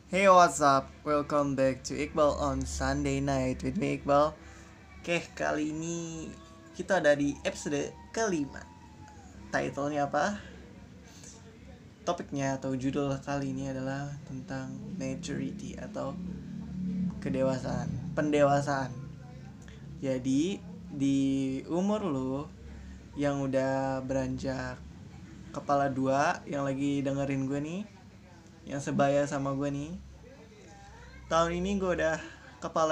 Hey, what's up? Welcome back to Iqbal on Sunday Night with me, Iqbal. Oke, kali ini kita ada di episode kelima. Title-nya apa? Topiknya atau judul kali ini adalah tentang maturity atau kedewasaan, pendewasaan. Jadi, di umur lu yang udah beranjak kepala dua, yang lagi dengerin gue nih, yang sebaya sama gue nih, tahun ini gue udah kepala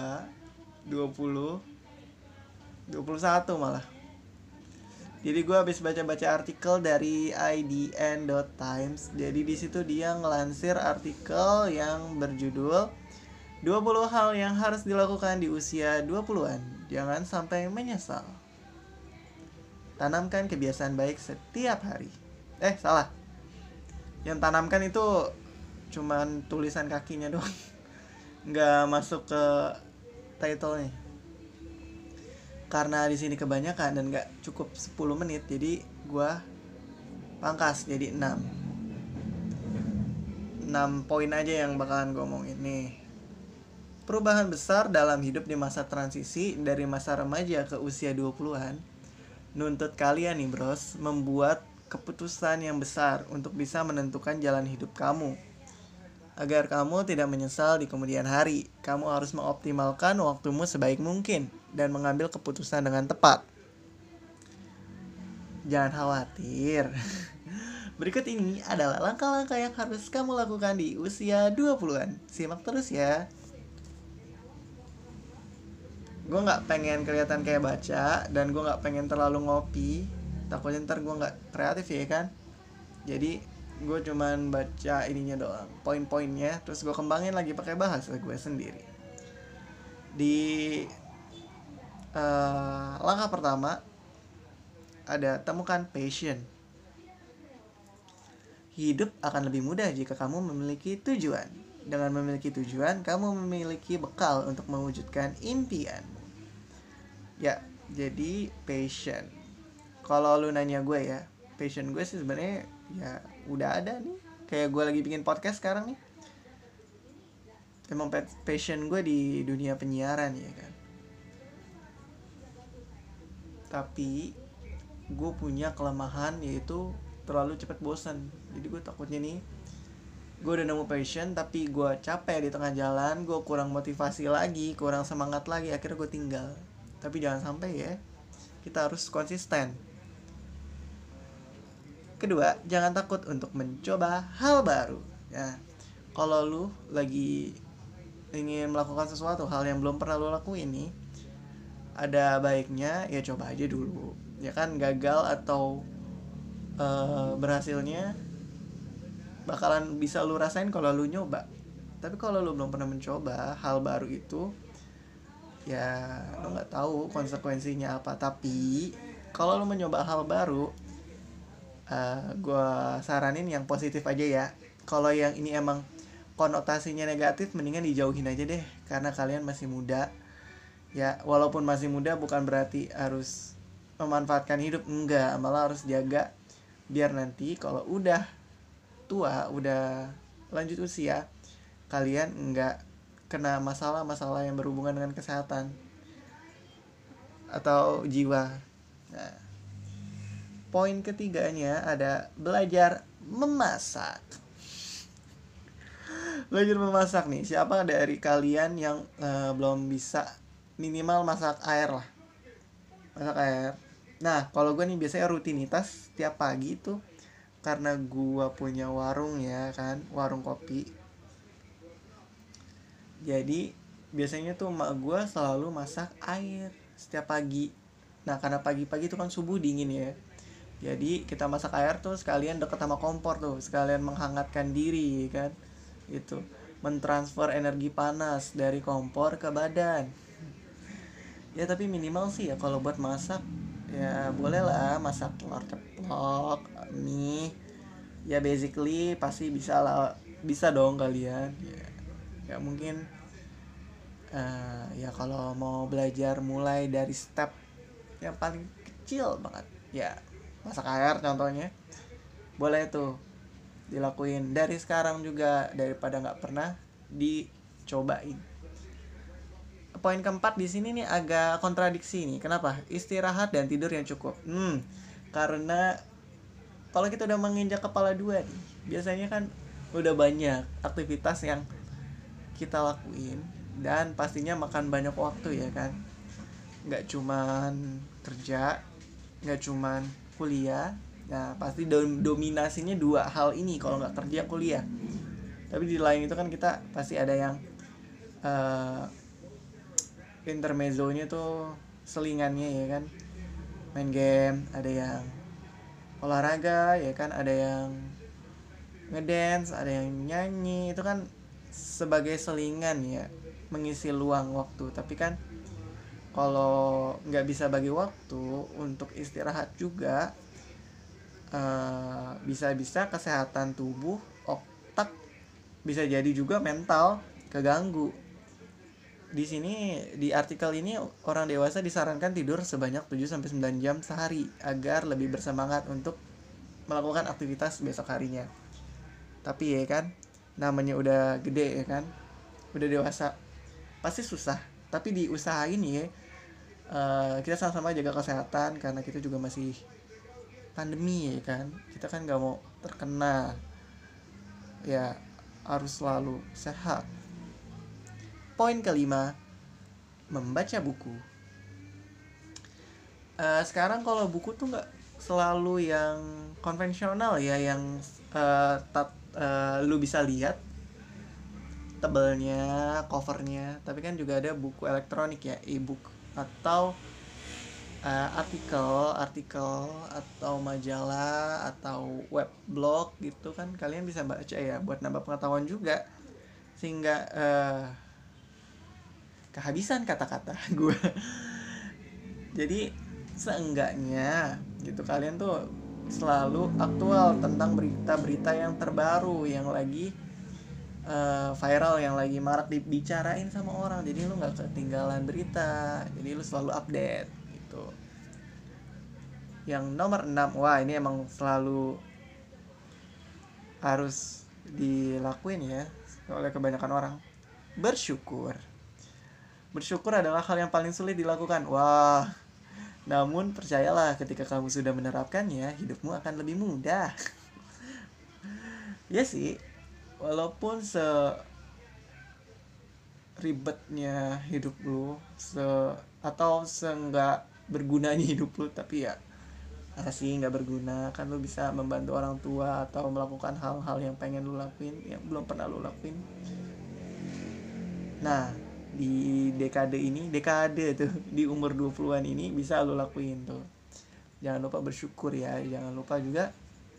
2021 malah. Jadi gue habis baca-baca artikel dari idn.times. Jadi di situ dia ngelansir artikel yang berjudul 20 hal yang harus dilakukan di usia 20-an. Jangan sampai menyesal. Tanamkan kebiasaan baik setiap hari. Salah. Yang tanamkan itu cuman tulisan kakinya doang. Nggak masuk ke title-nya. Karena di sini kebanyakan dan nggak cukup 10 menit, jadi gue pangkas jadi 6 poin aja yang bakalan gue omongin nih. Perubahan besar dalam hidup di masa transisi dari masa remaja ke usia 20-an nuntut kalian nih bros membuat keputusan yang besar untuk bisa menentukan jalan hidup kamu. Agar kamu tidak menyesal di kemudian hari, kamu harus mengoptimalkan waktumu sebaik mungkin dan mengambil keputusan dengan tepat. Jangan khawatir. Berikut ini adalah langkah-langkah yang harus kamu lakukan di usia 20-an. Simak terus ya. Gue gak pengen kelihatan kayak baca, dan gue gak pengen terlalu ngopi. Takutnya ntar gue gak kreatif ya kan. Jadi gue cuman baca ininya doang, poin-poinnya, terus gue kembangin lagi pakai bahasa gue sendiri. Di langkah pertama ada temukan passion. Hidup akan lebih mudah jika kamu memiliki tujuan. Dengan memiliki tujuan, kamu memiliki bekal untuk mewujudkan impian. Ya, jadi passion. Kalau lu nanya gue ya, passion gue sih sebenarnya ya udah ada nih. Kayak gue lagi bikin podcast sekarang nih. Emang passion gue di dunia penyiaran ya kan. Tapi gue punya kelemahan yaitu terlalu cepat bosan. Jadi gue takutnya nih, gue udah nemu passion tapi gue capek di tengah jalan, gue kurang motivasi lagi, kurang semangat lagi, akhirnya gue tinggal. Tapi jangan sampai ya, kita harus konsisten. Kedua, jangan takut untuk mencoba hal baru. Ya, kalau lu lagi ingin melakukan sesuatu, hal yang belum pernah lu lakuin nih, ada baiknya ya coba aja dulu. Ya kan, gagal atau berhasilnya bakalan bisa lu rasain kalau lu nyoba. Tapi kalau lu belum pernah mencoba hal baru itu, ya lu nggak tahu konsekuensinya apa. Tapi kalau lu mencoba hal baru, gue saranin yang positif aja ya. Kalau yang ini emang konotasinya negatif, mendingan dijauhin aja deh, karena kalian masih muda. Ya, walaupun masih muda bukan berarti harus memanfaatkan hidup, enggak, malah harus jaga biar nanti kalau udah tua, udah lanjut usia, kalian enggak kena masalah-masalah yang berhubungan dengan kesehatan atau jiwa. Nah, poin ketiganya ada belajar memasak. Belajar memasak nih, siapa dari kalian yang belum bisa minimal masak air lah, masak air. Nah, kalau gue nih biasanya rutinitas tiap pagi tuh, karena gue punya warung ya kan, warung kopi. Jadi biasanya tuh emak gue selalu masak air setiap pagi. Nah, karena pagi-pagi tuh kan subuh dingin ya, jadi kita masak air tuh sekalian deket sama kompor tuh, sekalian menghangatkan diri kan. Itu mentransfer energi panas dari kompor ke badan. Ya tapi minimal sih ya kalau buat masak, ya boleh lah masak telur ceplok, mie. Ya basically pasti bisa lah, bisa dong kalian. Ya mungkin ya kalau mau belajar mulai dari step yang paling kecil banget, ya masak air contohnya, boleh tuh dilakuin dari sekarang juga daripada nggak pernah dicobain. Poin keempat di sini nih agak kontradiksi nih. Kenapa? Istirahat dan tidur yang cukup. Karena kalau kita udah menginjak kepala dua nih, biasanya kan udah banyak aktivitas yang kita lakuin dan pastinya makan banyak waktu ya kan. Nggak cuman kerja, nggak cuman kuliah. Nah pasti dominasinya dua hal ini kalau nggak kerja kuliah. Tapi di lain itu kan kita pasti ada yang intermezzonya tuh selingannya ya kan, main game, ada yang olahraga ya kan, ada yang ngedance, ada yang nyanyi. Itu kan sebagai selingan ya, mengisi luang waktu. Tapi kan kalau nggak bisa bagi waktu untuk istirahat juga, bisa-bisa kesehatan tubuh, otak, bisa jadi juga mental keganggu. Di sini di artikel ini orang dewasa disarankan tidur sebanyak 7-9 jam sehari agar lebih bersemangat untuk melakukan aktivitas besok harinya. Tapi ya kan, namanya udah gede ya kan, udah dewasa, pasti susah. Tapi diusahain ya, kita sama-sama jaga kesehatan karena kita juga masih pandemi ya kan. Kita kan nggak mau terkena, ya harus selalu sehat. Poin kelima, membaca buku. Sekarang kalau buku tuh nggak selalu yang konvensional ya, yang lu bisa lihat tebelnya, covernya. Tapi kan juga ada buku elektronik ya, e-book atau artikel atau majalah atau web blog gitu kan, kalian bisa baca ya buat nambah pengetahuan juga, sehingga kehabisan kata-kata gue. Jadi seenggaknya gitu kalian tuh selalu aktual tentang berita-berita yang terbaru, yang lagi viral, yang lagi marak dibicarain sama orang. Jadi lu nggak ketinggalan berita, jadi lu selalu update gitu. Yang nomor 6, wah ini emang selalu harus dilakuin ya oleh kebanyakan orang, bersyukur. Bersyukur adalah hal yang paling sulit dilakukan. Wah, namun percayalah ketika kamu sudah menerapkannya, hidupmu akan lebih mudah. Ya sih, walaupun ribetnya hidup lu, atau nggak bergunanya hidup lu, tapi ya sih nggak berguna kan, lu bisa membantu orang tua atau melakukan hal-hal yang pengen lu lakuin yang belum pernah lu lakuin. Nah di dekade tuh, di umur 20-an ini bisa lu lakuin tuh. Jangan lupa bersyukur ya, jangan lupa juga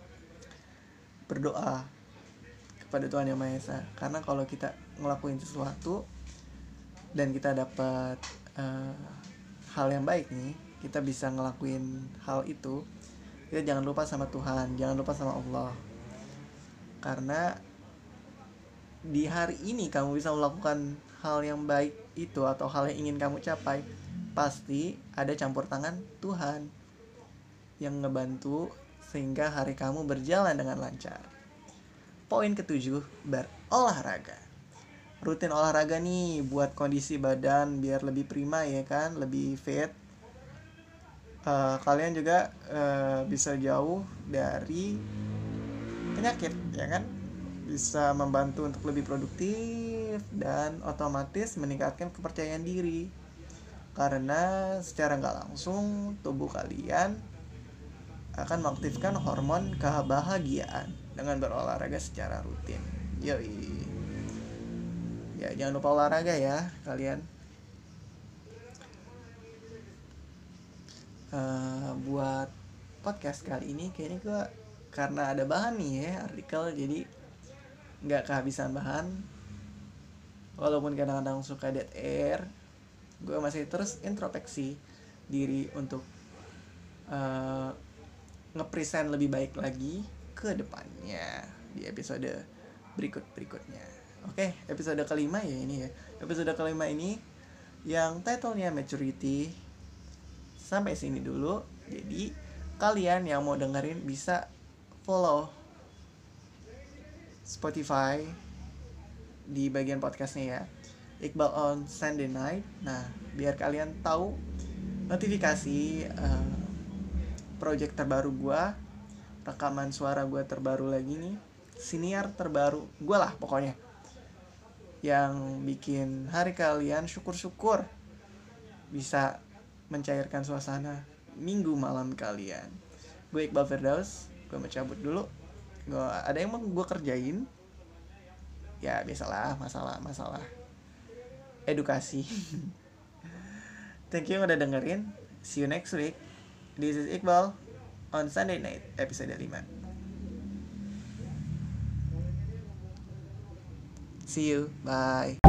berdoa kepada Tuhan Yang Maha Esa. Karena kalau kita ngelakuin sesuatu dan kita dapat hal yang baik nih, kita bisa ngelakuin hal itu, kita jangan lupa sama Tuhan, jangan lupa sama Allah. Karena di hari ini kamu bisa melakukan hal yang baik itu atau hal yang ingin kamu capai, pasti ada campur tangan Tuhan yang ngebantu sehingga hari kamu berjalan dengan lancar. Poin ketujuh, berolahraga. Rutin olahraga nih buat kondisi badan biar lebih prima ya kan, lebih fit. Kalian juga bisa jauh dari penyakit ya kan, bisa membantu untuk lebih produktif dan otomatis meningkatkan kepercayaan diri, karena secara nggak langsung tubuh kalian akan mengaktifkan hormon kebahagiaan dengan berolahraga secara rutin. Yoi. Ya jangan lupa olahraga ya kalian. Buat podcast kali ini kayaknya gue, karena ada bahan nih ya artikel, jadi nggak kehabisan bahan. Walaupun kadang-kadang suka dead air, gue masih terus introspeksi diri untuk ngepresent lebih baik lagi ke depannya di episode berikutnya. Oke, episode kelima ya ini ya. Episode kelima ini yang titlenya Maturity. Sampai sini dulu. Jadi kalian yang mau dengerin bisa follow Spotify di bagian podcastnya ya, Iqbal on Sunday Night. Nah, biar kalian tahu notifikasi project terbaru gue, rekaman suara gue terbaru lagi nih, siniar terbaru gue lah pokoknya, yang bikin hari kalian syukur-syukur bisa mencairkan suasana minggu malam kalian. Gue Iqbal Firdaus, gue mau cabut dulu. Ada yang mau gue kerjain. Ya biasalah, masalah edukasi. Thank you udah dengerin. See you next week. This is Iqbal on Sunday Night episode 5. See you, bye.